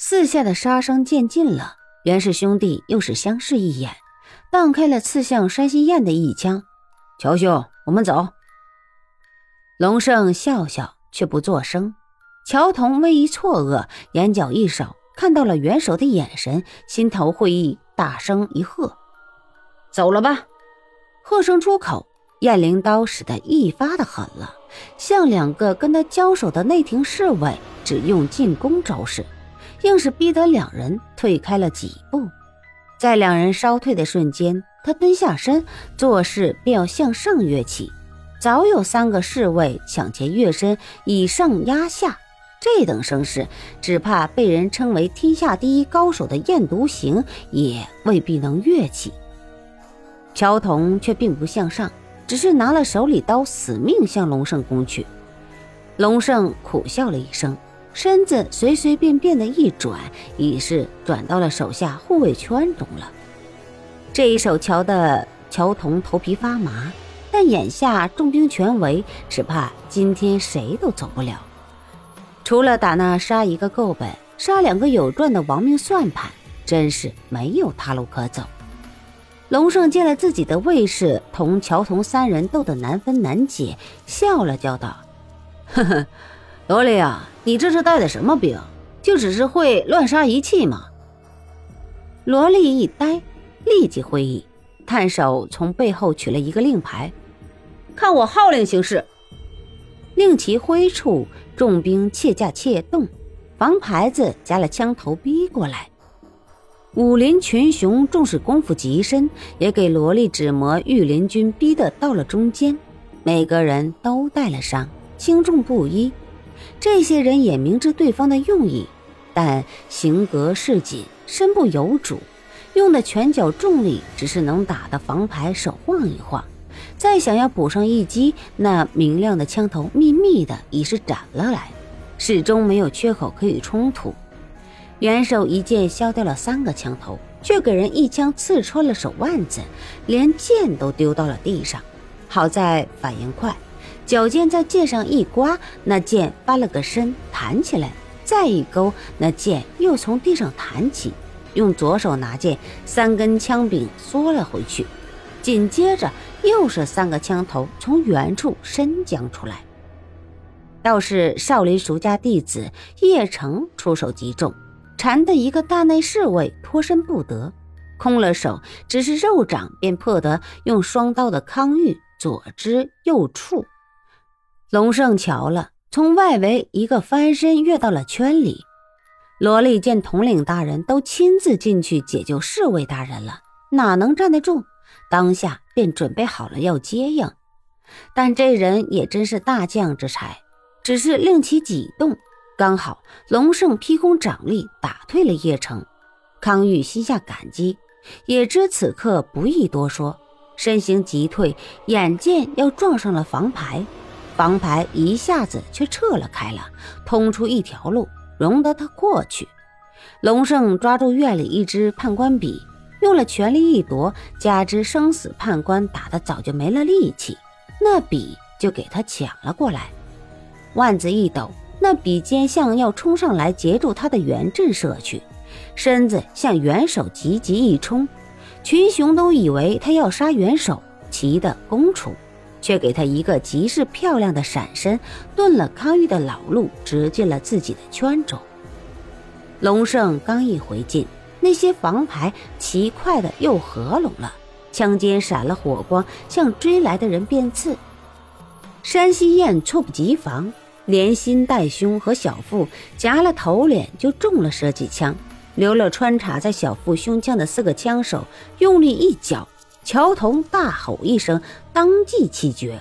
四下的杀声渐近了，袁氏兄弟又是相视一眼，荡开了刺向山西燕的一枪。乔兄，我们走。龙胜笑笑却不作声。乔童微一错愕，眼角一扫，看到了元首的眼神，心头会意，大声一喝：走了吧。喝声出口，燕灵刀使得一发的狠了，向两个跟他交手的内廷侍卫只用进攻招式，硬是逼得两人退开了几步。在两人稍退的瞬间，他蹲下身，做事便要向上跃起，早有3个侍卫抢前跃身，以上压下。这等声势，只怕被人称为天下第一高手的燕独行也未必能跃起。乔童却并不向上，只是拿了手里刀，死命向龙胜攻去。龙胜苦笑了一声，身子随随便便的一转，已是转到了手下护卫圈中了。这一手瞧得乔童头皮发麻，但眼下重兵全围，只怕今天谁都走不了。除了打那杀一个够本，杀2个有赚的亡命算盘，真是没有他路可走。龙胜见了自己的卫士同乔童3人斗得难分难解，笑了叫道：呵呵，萝莉啊，你这是带的什么兵？就只是会乱杀一气吗？萝莉一呆，立即会意，探手从背后取了一个令牌，看我号令行事。令旗挥处，重兵窃驾窃动，房牌子夹了枪头逼过来。武林群雄纵使功夫极深，也给萝莉指魔御林军逼得到了中间，每个人都带了伤，轻重不一。这些人也明知对方的用意，但行格市紧，身不由主，用的拳脚重力只是能打得房牌手晃一晃，再想要补上一击，那明亮的枪头密密的已是斩了来，始终没有缺口可以冲突。元首一剑削掉了3个枪头，却给人一枪刺穿了手腕子，连剑都丢到了地上。好在反应快，脚尖在剑上一刮，那剑翻了个身弹起来，再一勾，那剑又从地上弹起，用左手拿剑，3根枪柄缩了回去，紧接着又是3个枪头从远处伸将出来。倒是少林蜀家弟子叶成出手极重，缠的一个大内侍卫脱身不得，空了手，只是肉掌便破得用双刀的康玉左支右触。龙胜瞧了，从外围一个翻身跃到了圈里。萝莉见统领大人都亲自进去解救侍卫大人了，哪能站得住，当下便准备好了要接应。但这人也真是大将之才，只是令其几动，刚好龙胜劈空掌力打退了叶成。康玉心下感激，也知此刻不宜多说，身形急退，眼见要撞上了房牌，房牌一下子却撤了开了，通出一条路，容得他过去。龙胜抓住院里一支判官笔，用了全力一夺，加之生死判官打得早就没了力气，那笔就给他抢了过来。腕子一抖，那笔尖向要冲上来截住他的袁震射去，身子向元首急急一冲，群雄都以为他要杀元首，齐的攻出，却给他一个极是漂亮的闪身，遁了康玉的老路，直进了自己的圈中。龙胜刚一回劲，那些房牌奇快的又合拢了，枪尖闪了火光，向追来的人便刺。山西燕猝不及防，连心带胸和小腹夹了头脸就中了10几枪，留了穿插在小腹胸腔的4个枪手用力一脚，乔童大吼一声，当即气绝。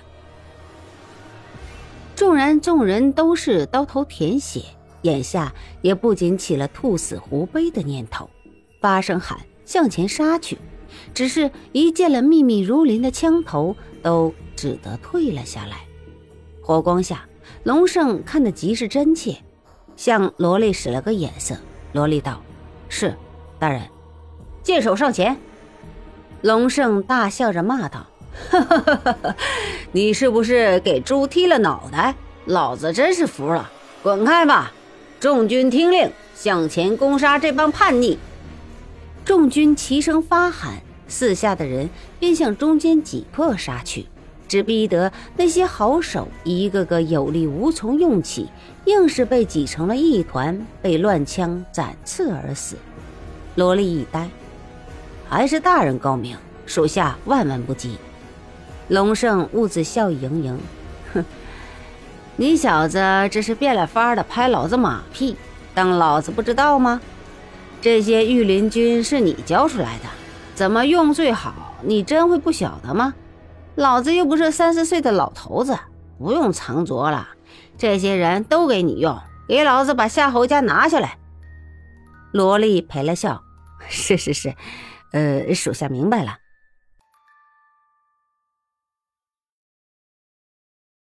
纵然众人都是刀头舔血，眼下也不仅起了兔死狐悲的念头，发声喊向前杀去，只是一见了密密如林的枪头，都只得退了下来。火光下，龙胜看得极是真切，向萝莉使了个眼色。萝莉道：是，大人。剑手上前。龙胜大笑着骂道：哈哈哈哈，你是不是给猪踢了脑袋？老子真是服了，滚开吧！ 众军听令，向前攻杀这帮叛逆！众军齐声发喊，四下的人便向中间挤迫杀去，只逼得那些好手一个个有力无从用起，硬是被挤成了一团，被乱枪斩刺而死。罗莉一呆，还是大人高明，属下万万不及。龙胜兀自笑意盈盈，哼，你小子这是变了法的拍老子马屁，当老子不知道吗？这些御林军是你教出来的，怎么用最好，你真会不晓得吗？老子又不是30岁的老头子，不用藏拙了，这些人都给你用，给老子把夏侯家拿下来。罗莉赔了笑，是，属下明白了。